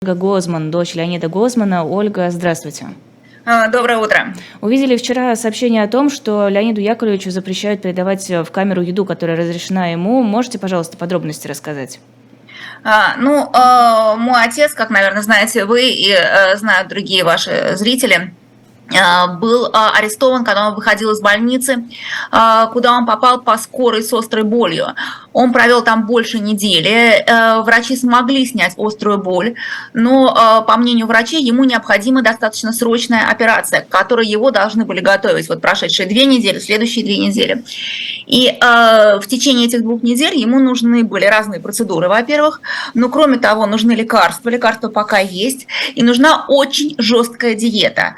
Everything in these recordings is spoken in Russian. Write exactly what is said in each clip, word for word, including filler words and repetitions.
Ольга Гозман, дочь Леонида Гозмана. Ольга, здравствуйте. Доброе утро. Увидели вчера сообщение о том, что Леониду Яковлевичу запрещают передавать в камеру еду, которая разрешена ему. Можете, пожалуйста, подробности рассказать? А, ну, э, мой отец, как, наверное, знаете вы и э, знают другие ваши зрители, был арестован, когда он выходил из больницы, куда он попал по скорой с острой болью. Он провел там больше недели. Врачи смогли снять острую боль, но, по мнению врачей, ему необходима достаточно срочная операция, к которой его должны были готовить вот прошедшие две недели, следующие две недели. И в течение этих двух недель ему нужны были разные процедуры, во-первых, но, кроме того, нужны лекарства. Лекарства пока есть, и нужна очень жесткая диета.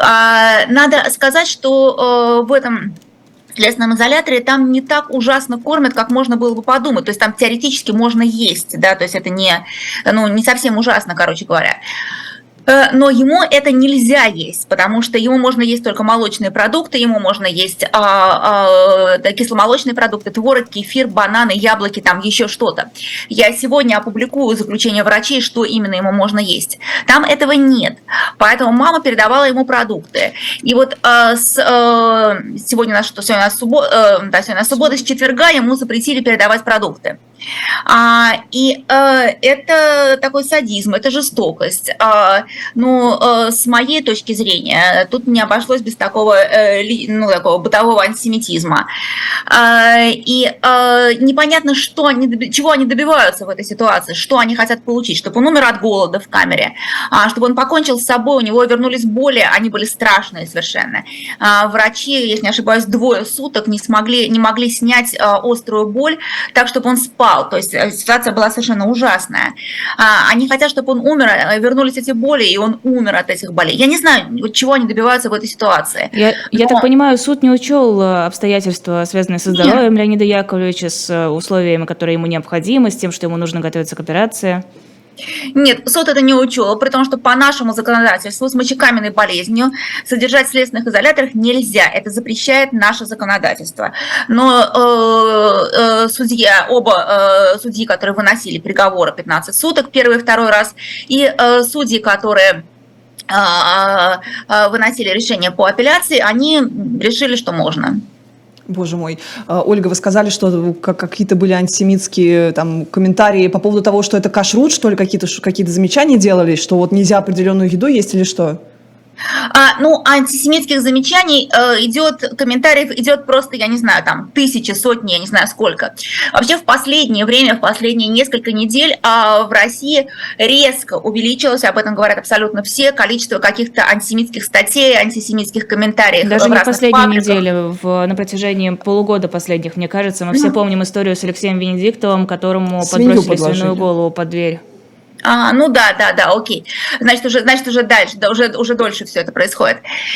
Надо сказать, что в этом следственном изоляторе там не так ужасно кормят, как можно было бы подумать. То есть там теоретически можно есть, да, то есть это не, ну, не совсем ужасно, короче говоря. Но ему это нельзя есть, потому что ему можно есть только молочные продукты, ему можно есть а, а, кисломолочные продукты, творог, кефир, бананы, яблоки, там еще что-то. Я сегодня опубликую заключение врачей, что именно ему можно есть. Там этого нет, поэтому мама передавала ему продукты. И вот а, с, а, сегодня у нас что? Сегодня у нас суббота, а, да, сегодня у нас суббота, с четверга ему запретили передавать продукты. А, и а, это такой садизм, это жестокость. А, ну, а, с моей точки зрения, тут не обошлось без такого, ну, такого бытового антисемитизма. А, и а, непонятно, что они, чего они добиваются в этой ситуации, что они хотят получить, чтобы он умер от голода в камере, а, чтобы он покончил с собой, у него вернулись боли, они были страшные совершенно. А, врачи, если не ошибаюсь, двое суток не смогли, не могли снять а, острую боль так, чтобы он спал. То есть ситуация была совершенно ужасная. Они хотят, чтобы он умер, вернулись эти боли, и он умер от этих болей. Я не знаю, чего они добиваются в этой ситуации. Я, Но... я так понимаю, суд не учел обстоятельства, связанные со здоровьем Нет. Леонида Яковлевича, с условиями, которые ему необходимы, с тем, что ему нужно готовиться к операции. Нет, суд это не учел, при том, что по нашему законодательству с мочекаменной болезнью содержать в следственных изоляторах нельзя. Это запрещает наше законодательство. Но э, э, судья, оба э, судьи, которые выносили приговоры пятнадцать суток, первый и второй раз, и э, судьи, которые э, э, выносили решение по апелляции, они решили, что можно. Боже мой. Ольга, вы сказали, что какие-то были антисемитские там комментарии по поводу того, что это кашрут, что ли, какие-то какие-то замечания делали, что вот нельзя определенную еду есть или что? А, ну, антисемитских замечаний э, идет, комментариев идет просто, я не знаю, там, тысячи, сотни, я не знаю сколько. Вообще в последнее время, в последние несколько недель э, в России резко увеличилось, об этом говорят абсолютно все, количество каких-то антисемитских статей, антисемитских комментариев. Даже в не в последней пабликах. неделе, в, на протяжении полугода последних, мне кажется, мы mm. все помним историю с Алексеем Венедиктовым, которому Свинью подбросили подложили. свиную голову под дверь. А, ну да, да, да, окей. Значит, уже, значит, уже дальше, да, уже, уже дольше все это происходит.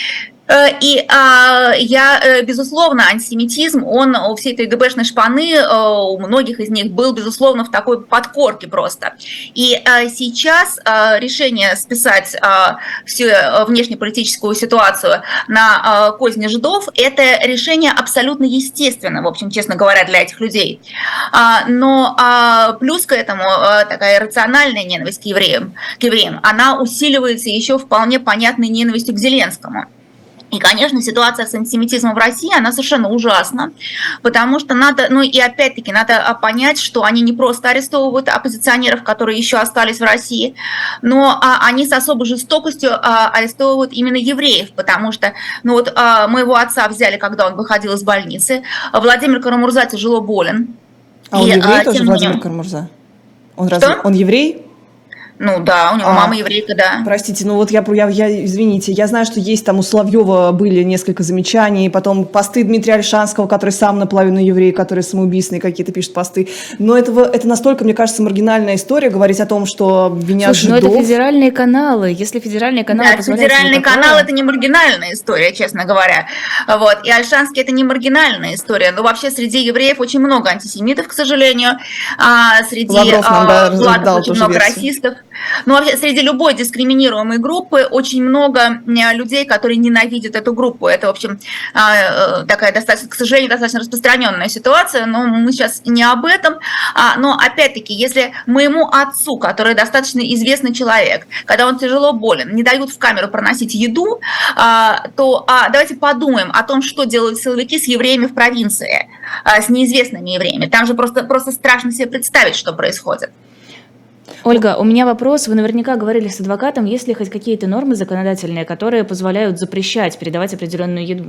И а, я, безусловно, антисемитизм, он у всей этой ГБшной шпаны, у многих из них был, безусловно, в такой подкорке просто. И а, сейчас а, решение списать а, всю внешнеполитическую ситуацию на а, козни жидов, это решение абсолютно естественно, в общем, честно говоря, для этих людей. А, но а, плюс к этому а, такая рациональная ненависть к евреям, к евреям, она усиливается еще вполне понятной ненавистью к Зеленскому. И, конечно, ситуация с антисемитизмом в России, она совершенно ужасна, потому что надо, ну и опять-таки, надо понять, что они не просто арестовывают оппозиционеров, которые еще остались в России, но а, они с особой жестокостью а, арестовывают именно евреев, потому что, ну вот, а, моего отца взяли, когда он выходил из больницы, Владимир Карамурза тяжело болен. А он и, еврей а, тоже, Владимир Карамурза? Он, разве, он еврей? Ну да, у него а, мама еврейка, да. Простите, ну вот я, я, я, извините, я знаю, что есть там у Соловьева были несколько замечаний, потом посты Дмитрия Ольшанского, который сам наполовину еврей, который самоубийственные какие-то пишет посты. Но это, это настолько, мне кажется, маргинальная история, говорить о том, что обвинят жидов. Слушай, ну это федеральные каналы, если федеральные каналы... Да, федеральный канал – это не маргинальная история, честно говоря. Вот. И Ольшанский – это не маргинальная история. Но вообще среди евреев очень много антисемитов, к сожалению. А среди а, Влад очень много версию. расистов. Но вообще среди любой дискриминируемой группы очень много людей, которые ненавидят эту группу. Это, в общем, такая достаточно, к сожалению, достаточно распространенная ситуация, но мы сейчас не об этом. Но опять-таки, если моему отцу, который достаточно известный человек, когда он тяжело болен, не дают в камеру проносить еду, то давайте подумаем о том, что делают силовики с евреями в провинции, с неизвестными евреями. Там же просто, просто страшно себе представить, что происходит. Ольга, у меня вопрос. Вы наверняка говорили с адвокатом, есть ли хоть какие-то нормы законодательные, которые позволяют запрещать передавать определенную еду?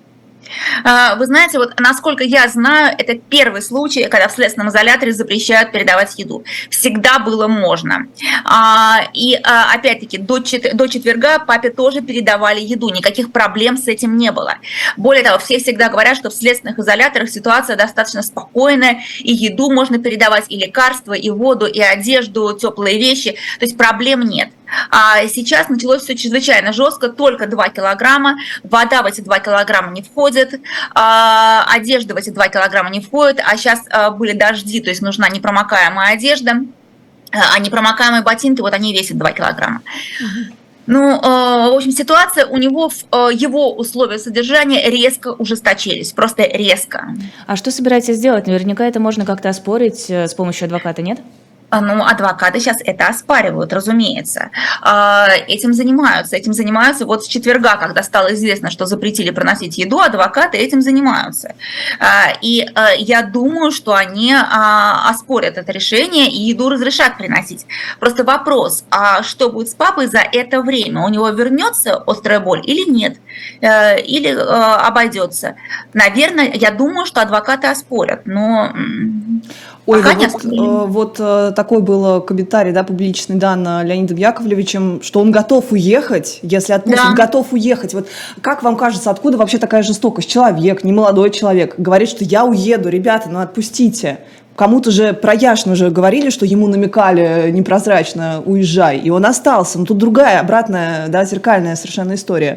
Вы знаете, вот насколько я знаю, это первый случай, когда в следственном изоляторе запрещают передавать еду. Всегда было можно. И опять-таки до четверга папе тоже передавали еду, никаких проблем с этим не было. Более того, все всегда говорят, что в следственных изоляторах ситуация достаточно спокойная, и еду можно передавать, и лекарства, и воду, и одежду, теплые вещи, то есть проблем нет. А сейчас началось все чрезвычайно жестко, только два килограмма, вода в эти два килограмма не входит, а, одежда в эти два килограмма не входит, а сейчас а, были дожди, то есть нужна непромокаемая одежда, а непромокаемые ботинки, вот они весят два килограмма. Угу. Ну, в общем, ситуация у него, его условия содержания резко ужесточились, просто резко. А что собираетесь делать? Наверняка это можно как-то оспорить с помощью адвоката, нет? Ну, адвокаты сейчас это оспаривают, разумеется. Этим занимаются. Этим занимаются вот с четверга, когда стало известно, что запретили проносить еду, адвокаты этим занимаются. И я думаю, что они оспорят это решение и еду разрешат приносить. Просто вопрос, а что будет с папой за это время? У него вернется острая боль или нет? Или обойдется? Наверное, я думаю, что адвокаты оспорят, но... Ольга, вот, вот, вот такой был комментарий, да, публичный, дан Леонидом Яковлевичем, что он готов уехать, если отпустят, да. готов уехать. Вот как вам кажется, откуда вообще такая жестокость? Человек, не молодой человек, говорит, что я уеду, ребята, ну отпустите. Кому-то же про Яшина уже говорили, что ему намекали непрозрачно, уезжай, и он остался. Но тут другая, обратная, да, зеркальная совершенно история.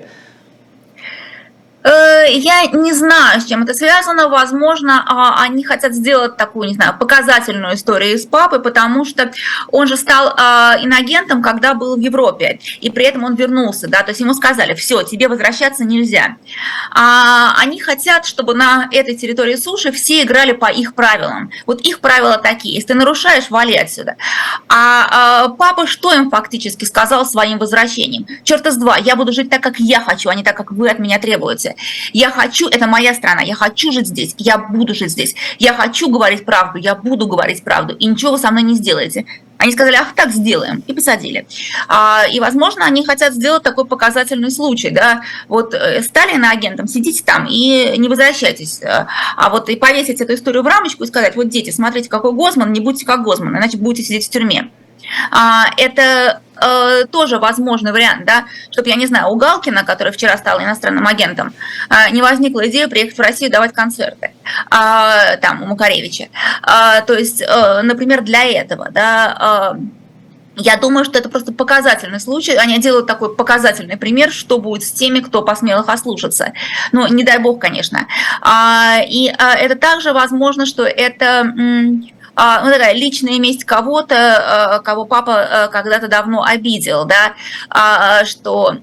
Я не знаю, с чем это связано. Возможно, они хотят сделать такую, не знаю, показательную историю с папой, потому что он же стал инагентом, когда был в Европе, и при этом он вернулся, да, то есть ему сказали, все, тебе возвращаться нельзя. Они хотят, чтобы на этой территории суши все играли по их правилам. Вот их правила такие, если ты нарушаешь, вали отсюда. А папа что им фактически сказал своим возвращением? Черт из два, я буду жить так, как я хочу, а не так, как вы от меня требуете. Я хочу, это моя страна, я хочу жить здесь, я буду жить здесь. Я хочу говорить правду, я буду говорить правду, и ничего вы со мной не сделаете. Они сказали, ах, так сделаем, и посадили. И, возможно, они хотят сделать такой показательный случай, да, вот стали иноагентом, сидите там и не возвращайтесь. А вот и повесить эту историю в рамочку и сказать, вот, дети, смотрите, какой Гозман, не будьте как Гозман, иначе будете сидеть в тюрьме. Это э, тоже возможный вариант, да, чтобы, я не знаю, у Галкина, который вчера стал иностранным агентом, э, не возникла идея приехать в Россию давать концерты, э, там, у Макаревича. Э, то есть, э, например, для этого, да, э, я думаю, что это просто показательный случай. Они делают такой показательный пример, что будет с теми, кто посмел их ослушаться. Ну, не дай бог, конечно. А, и а, это также возможно, что это... М- ну, такая личная месть кого-то, кого папа когда-то давно обидел, да, что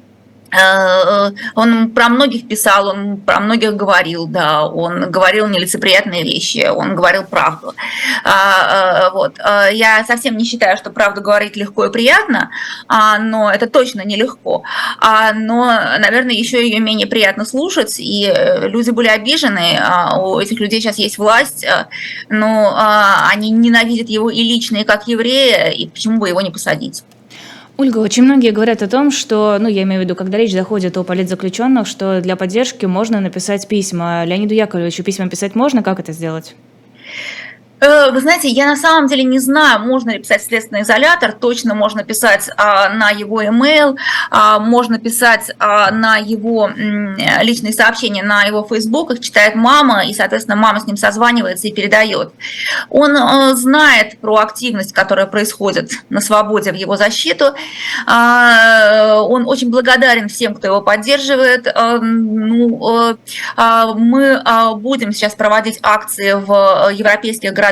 он про многих писал, он про многих говорил, да, он говорил нелицеприятные вещи, он говорил правду. Вот. Я совсем не считаю, что правду говорить легко и приятно, но это точно нелегко. Но, наверное, еще ее менее приятно слушать, и люди были обижены, у этих людей сейчас есть власть, но они ненавидят его и лично, и как еврея, и почему бы его не посадить? Ольга, очень многие говорят о том, что, ну, я имею в виду, когда речь заходит о политзаключенных, что для поддержки можно написать письма. Леониду Яковлевичу письма писать можно? Как это сделать? Вы знаете, я на самом деле не знаю, можно ли писать в следственный изолятор, точно можно писать а, на его имейл, а, можно писать а, на его м, личные сообщения, на его фейсбук, их читает мама, и, соответственно, мама с ним созванивается и передает. Он а, знает про активность, которая происходит на свободе в его защиту, а, он очень благодарен всем, кто его поддерживает. А, ну, а, мы а, будем сейчас проводить акции в европейских городах,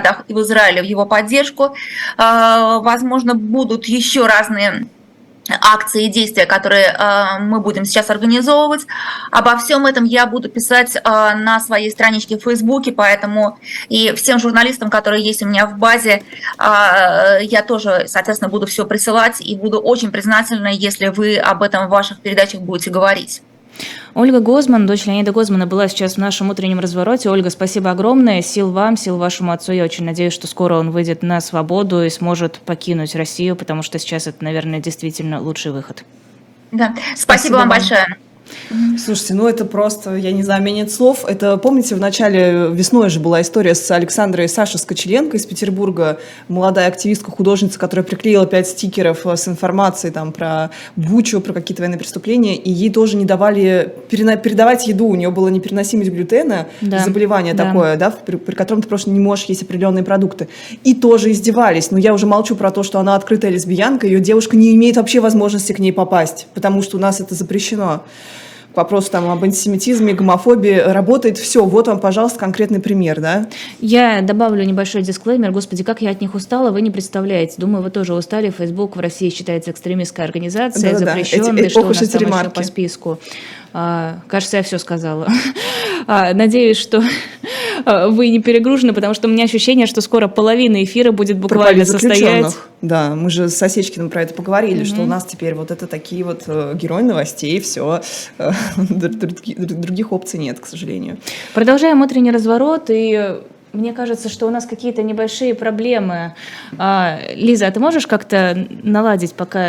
городах и в Израиле в его поддержку. Возможно, будут еще разные акции и действия, которые э, мы будем сейчас организовывать. Обо всем этом я буду писать э, на своей страничке в Фейсбуке, поэтому и всем журналистам, которые есть у меня в базе, э, я тоже, соответственно, буду все присылать и буду очень признательна, если вы об этом в ваших передачах будете говорить. Ольга Гозман, дочь Леонида Гозмана, была сейчас в нашем утреннем развороте. Ольга, спасибо огромное. Сил вам, сил вашему отцу. Я очень надеюсь, что скоро он выйдет на свободу и сможет покинуть Россию, потому что сейчас это, наверное, действительно лучший выход. Да. Спасибо, Спасибо вам вам большое. Слушайте, ну это просто, я не знаю, нет слов. Это, помните, в начале весной же была история с Александрой Сашей Скочеленко из Петербурга, молодая активистка, художница, которая приклеила пять стикеров с информацией там про Бучу, про какие-то военные преступления, и ей тоже не давали перена- передавать еду. У нее была непереносимость глютена, Да. заболевание Да. такое, да, при, при котором ты просто не можешь есть определенные продукты. И тоже издевались. Но я уже молчу про то, что она открытая лесбиянка, ее девушка не имеет вообще возможности к ней попасть, потому что у нас это запрещено. К вопросу там об антисемитизме, гомофобии работает все. Вот вам, пожалуйста, конкретный пример, да? Я добавлю небольшой дисклеймер. Господи, как я от них устала, вы не представляете. Думаю, вы тоже устали. Facebook в России считается экстремистской организацией, Да-да-да. запрещенной. Эти- Что ох у уж нас эти там еще ремарки. по списку? А, кажется, я все сказала. А, надеюсь, что а, вы не перегружены, потому что у меня ощущение, что скоро половина эфира будет Про буквально состоять. политзаключенных. Да, мы же с Осечкиным про это поговорили, что у нас теперь вот это такие вот э, герои новостей, все. Других опций нет, к сожалению. Продолжаем утренний разворот, и мне кажется, что у нас какие-то небольшие проблемы. А, Лиза, а ты можешь как-то наладить пока